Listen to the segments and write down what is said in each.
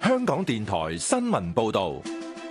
香港電台新聞報導。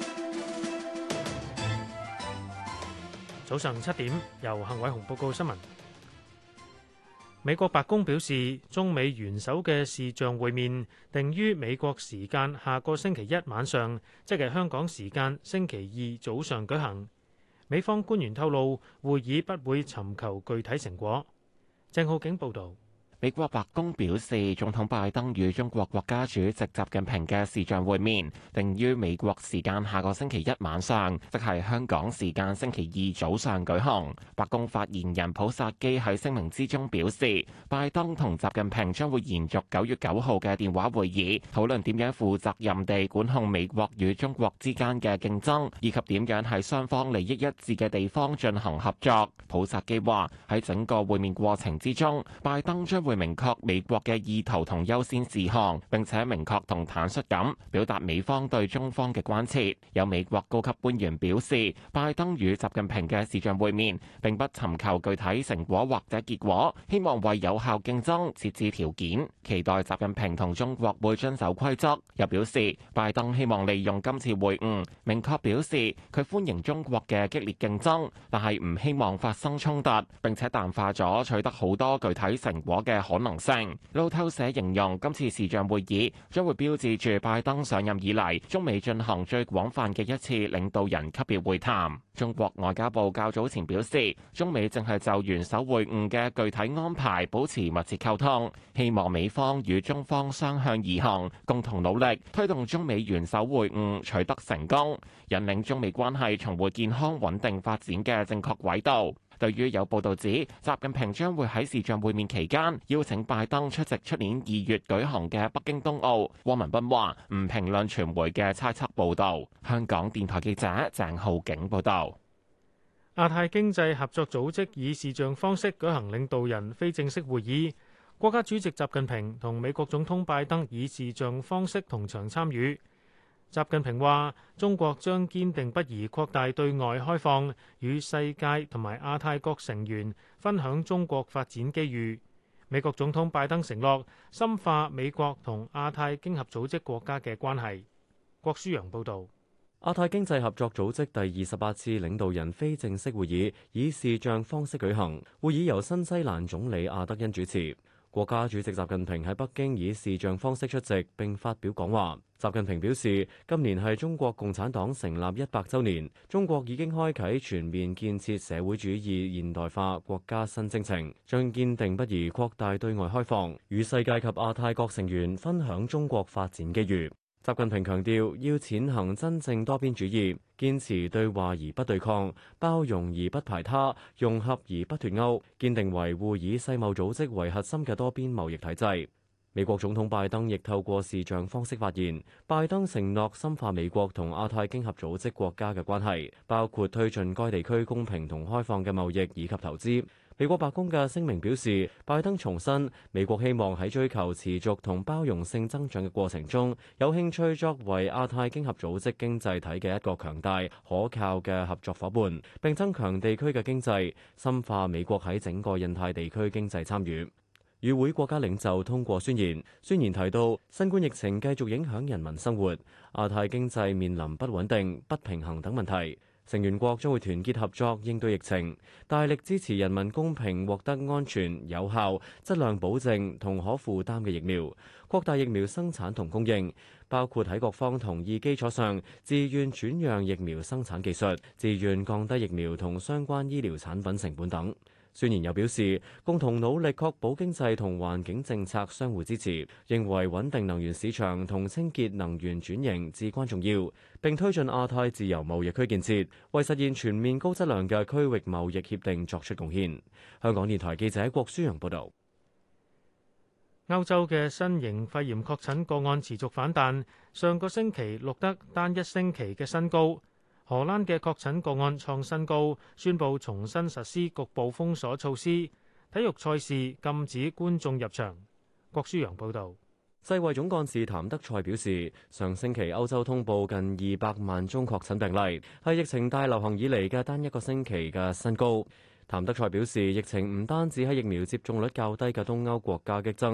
早上7點，由幸偉雄報告新聞。美國白宮表示，中美元首嘅視像會面定於美國時間下個星期一晚上，即係香港時間星期二早上舉行。美方官員透露，會議不會尋求具體成果。鄭浩景報導。 美國白宮表示，總統拜登與中國國家主席習近平嘅視像會面定於美國時間下個星期一晚上，即係香港時間星期二早上舉行。白宮發言人普薩基喺聲明之中表示，拜登同習近平將會延續9月9號嘅電話會議，討論點樣負責任地管控美國與中國之間嘅競爭，以及點樣喺雙方利益一致嘅地方進行合作。普薩基話，喺整個會面過程之中，拜登將會明確美國嘅意圖同優先事項，並且明確同坦率咁表達美方對中方嘅關切。有美國高級官員表示，拜登與習近平嘅視像會面並不尋求具體成果或者結果，希望為有效競爭設置條件，期待習近平同中國會遵守規則。又表示，拜登希望利用今次會晤，明確表示佢歡迎中國嘅激烈競爭，但係唔希望發生衝突，並且淡化咗取得好多具體成果嘅可能性。路透社形容今次視像會議將會標誌住拜登上任以嚟中美進行最廣泛嘅一次領導人級別會談。中國外交部較早前表示，中美正係就元首會晤嘅具體安排保持密切溝通，希望美方與中方相向而行，共同努力推動中美元首會晤取得成功，引領中美關係重回健康穩定發展嘅正確軌道。對於有報道指習近平將會喺視像會面期間邀請拜登出席出年2月舉行嘅北京冬奧，汪文斌話唔評論傳媒嘅猜測報導。香港電台記者鄭浩景報導。 亞太經濟合作組織以視像方式舉行領導人非正式會議，國家主席習近平同美國總統拜登以視像方式同場參與。習近平話：中國將堅定不移擴大對外開放，與世界同埋亞太各成員分享中國發展機遇。美國總統拜登承諾深化美國同亞太經合組織國家嘅關係。郭舒陽報導。 亞太經濟合作組織第28次領導人非正式會議以視像方式舉行，會議由新西蘭總理阿德恩主持。國家主席習近平喺北京以視像方式出席並發表講話。習近平表示，今年係中國共產黨成立100週年，中國已經開啟全面建設社會主義現代化國家新征程，將堅定不移擴大對外開放，與世界及亞太各成員分享中國發展機遇。習近平強調，要踐行真正多邊主義，堅持對話而不對抗，包容而不排他，融合而不脫鈎，堅定維護以世貿組織為核心嘅多邊貿易體制。美國總統拜登亦透過視像方式發言，拜登承諾深化美國同亞太經合組織國家嘅關係，包括推進該地區公平同開放嘅貿易以及投資。美國白宮嘅聲明表示，拜登重申美國希望喺追求持續同包容性增長嘅過程中，有興趣作為亞太經合組織經濟體嘅一個強大可靠嘅合作夥伴，並增強地區嘅經濟，深化美國喺整個印太地區經濟參與。與會國家領袖通過宣言提到，新冠疫情繼續影響人民生活，亞太經濟面臨不穩定、不平衡等問題。成員國將會團結合作應對疫情，大力支持人民公平獲得安全、有效、質量保證同可負擔嘅疫苗，擴大疫苗生產同供應，包括喺各方同意基礎上，自願轉讓疫苗生產技術，自願降低疫苗同相關醫療產品成本等。宣言又表示，共同努力確保經濟同環境政策相互支持，認為穩定能源市場同清潔能源轉型至關重要，並推進亞太自由貿易區建設，為實現全面高質量嘅區域貿易協定作出貢獻。香港電台記者郭舒陽報導。 歐洲嘅新型肺炎確診個案持續反彈，上個星期錄得單一星期嘅新高。荷蘭嘅確診個案創新高，宣布重新實施局部封鎖措施，體育賽事禁止觀眾入場。郭舒陽報導。 世衛總幹事譚德塞表示，上星期歐洲通報近200萬宗確診病例，係疫情大流行以嚟嘅單一個星期嘅新高。譚德塞表示，疫情唔單止喺疫苗接種率較低嘅東歐國家激增，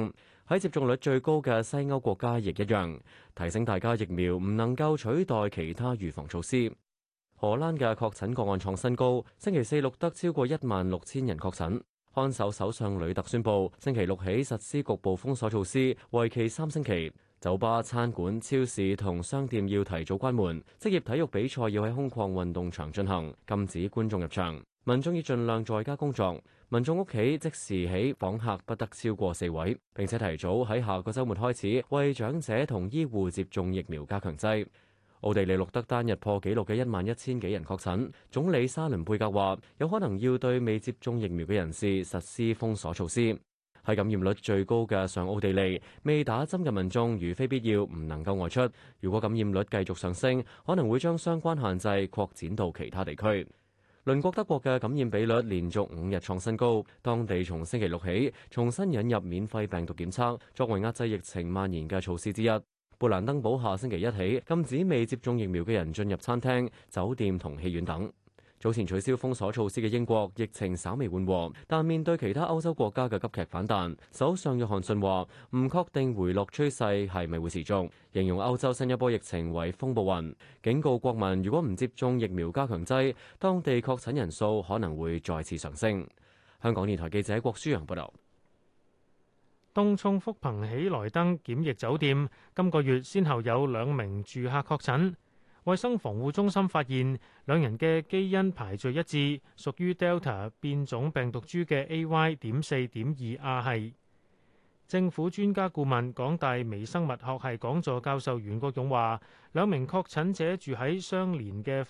喺接種率最高嘅西歐國家亦一樣，提醒大家疫苗唔能夠取代其他預防措施。荷蘭嘅確診個案創新高，星期四錄得超過16,000人確診。看守首相呂特宣布，星期六起實施局部封鎖措施，為期3星期。酒吧、餐館、超市同商店要提早關門，職業體育比賽要喺空曠運動場進行，禁止觀眾入場。民眾要盡量在家工作。民眾屋企即時起訪客不得超過4位，並且提早喺下個週末開始為長者同醫護接種疫苗加強劑。奧地利錄得單日破紀錄嘅11,000幾人確診，總理沙倫貝格話有可能要對未接種疫苗嘅人士實施封鎖措施。喺感染率最高嘅上奧地利，未打針嘅民眾如非必要唔能夠外出。如果感染率繼續上升，可能會將相關限制擴展到其他地區。鄰國德國嘅感染比率連續5日創新高，當地從星期六起重新引入免費病毒檢測，作為壓制疫情蔓延嘅措施之一。布蘭登堡下星期一起禁止未接種疫苗嘅人進入餐廳、酒店同戲院等。早前取消封鎖措施嘅英國疫情稍微緩和，但面對其他歐洲國家嘅急劇反彈，首相約翰遜話唔確定回落趨勢係咪會持續，形容歐洲新一波疫情為風暴雲，警告國民如果唔接種疫苗加強劑，當地確診人數可能會再次上升。香港電台記者郭舒陽報道。 東涌福朋喜來登檢疫酒店今個月先後有2名住客確診。衛生防護中心發現2人嘅基因排序一致，屬於 Delta 變種病毒株嘅 AY.4.2 亞系。政府專家顧問港大微生物學系講座教授袁國勇話，2名確診者住喺相鄰嘅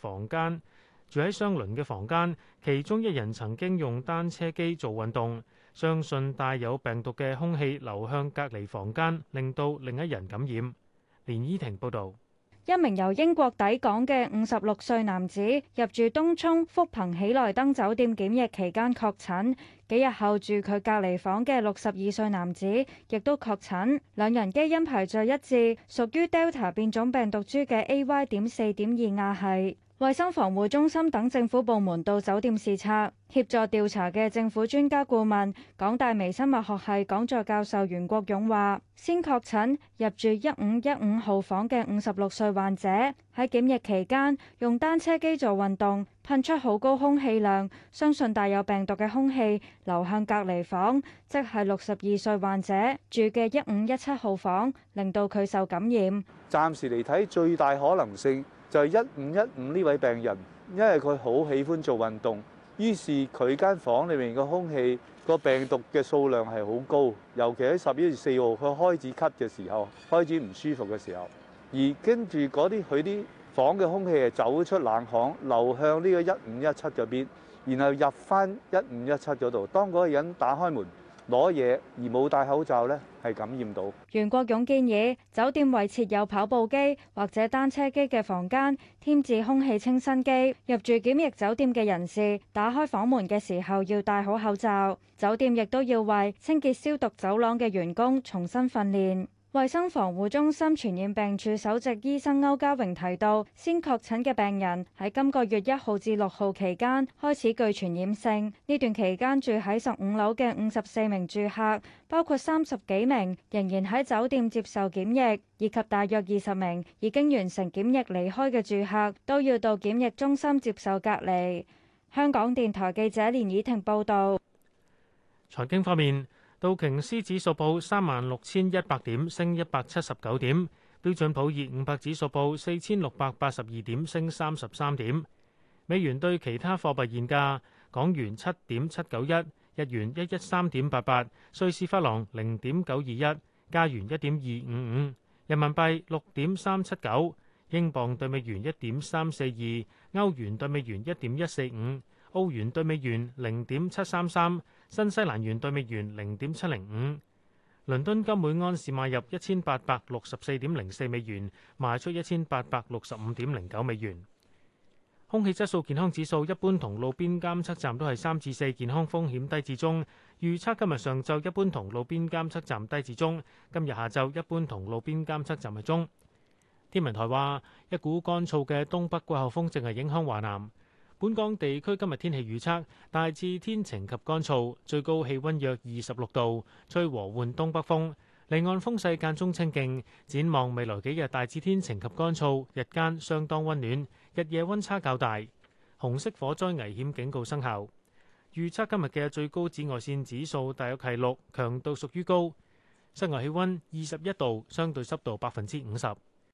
房間，其中1人曾經用單車機做運動，相信帶有病毒嘅空氣流向隔離房間，令到另一人感染。連依婷報導。 1名由英國抵港嘅56歲男子入住東涌福朋喜來登酒店檢疫期間確診，幾日後住佢隔離房嘅62歲男子亦都確診，2人基因排序一致，屬於 Delta 變種病毒株嘅 AY.4.2 亞系。衛生防護中心等政府部門到酒店視察，協助調查嘅政府專家顧問港大微生物學系講座教授袁國勇話，先確診入住1515號房嘅56歲患者，喺檢疫期間用單車機做運動，噴出好高空氣量，相信帶有病毒嘅空氣流向隔離房，即係62歲患者住嘅1517號房，令到佢受感染。 暫時嚟睇，最大可能性就係1515呢位病人，因為佢好喜歡做運動，於是佢間房裏面個空氣個病毒嘅數量係好高，尤其喺11月4號佢開始咳嘅時候，開始唔舒服嘅時候，而跟住嗰啲佢啲房嘅空氣係走出冷巷，流向呢個1517嗰邊，然後入翻1517嗰度。當嗰個人打開門攞嘢而冇戴口罩呢，係感染到。 袁國勇建議酒店為設有跑步機或者單車機嘅房間添置空氣清新機。入住檢疫酒店嘅人士打開房門嘅時候要戴好口罩。酒店亦都要為清潔消毒走廊嘅員工重新訓練。衛生防護中心傳染病處首席醫生歐家榮提到，先確診嘅病人喺今個月1號至6號期間開始具傳染性。呢段期間住喺15樓嘅54名住客，包括30幾名仍然喺酒店接受檢疫，以及大約20名已經完成檢疫離開嘅住客，都要到檢疫中心接受隔離。香港電台記者連以婷報導。 財經方面，道瓊斯指數報36,100點，升179點；標準普爾500指數報4,682點，升33點。美元對其他貨幣現價：港元7.791，日元113.88，瑞士法郎0.921，加元1.255，人民幣6.379，英鎊對美元1.342，歐元對美元1.145，澳元對美元0.733，新西蘭元對美元0.705。倫敦金每安士買入1864.04美元，賣出1865.09美元。空氣質素健康指數一般同路邊監測站都係3至4，健康風險低至中。預測今日上晝一般同路邊監測站低至中，今日下晝一般同路邊監測站係中。天文台話，一股乾燥嘅東北季候風正係影響華南。本港地區今日天氣預測，大致天晴及乾燥，最高氣溫約26度，吹和緩東北風。 離岸風勢間中清勁，展望未來幾日大致天晴及乾燥，日間相當溫暖，日夜溫差較大。紅色火災危險警告生效。預測今日嘅最高紫外線指數大約係6，強度屬於高。室外氣溫21度，相對濕度50%。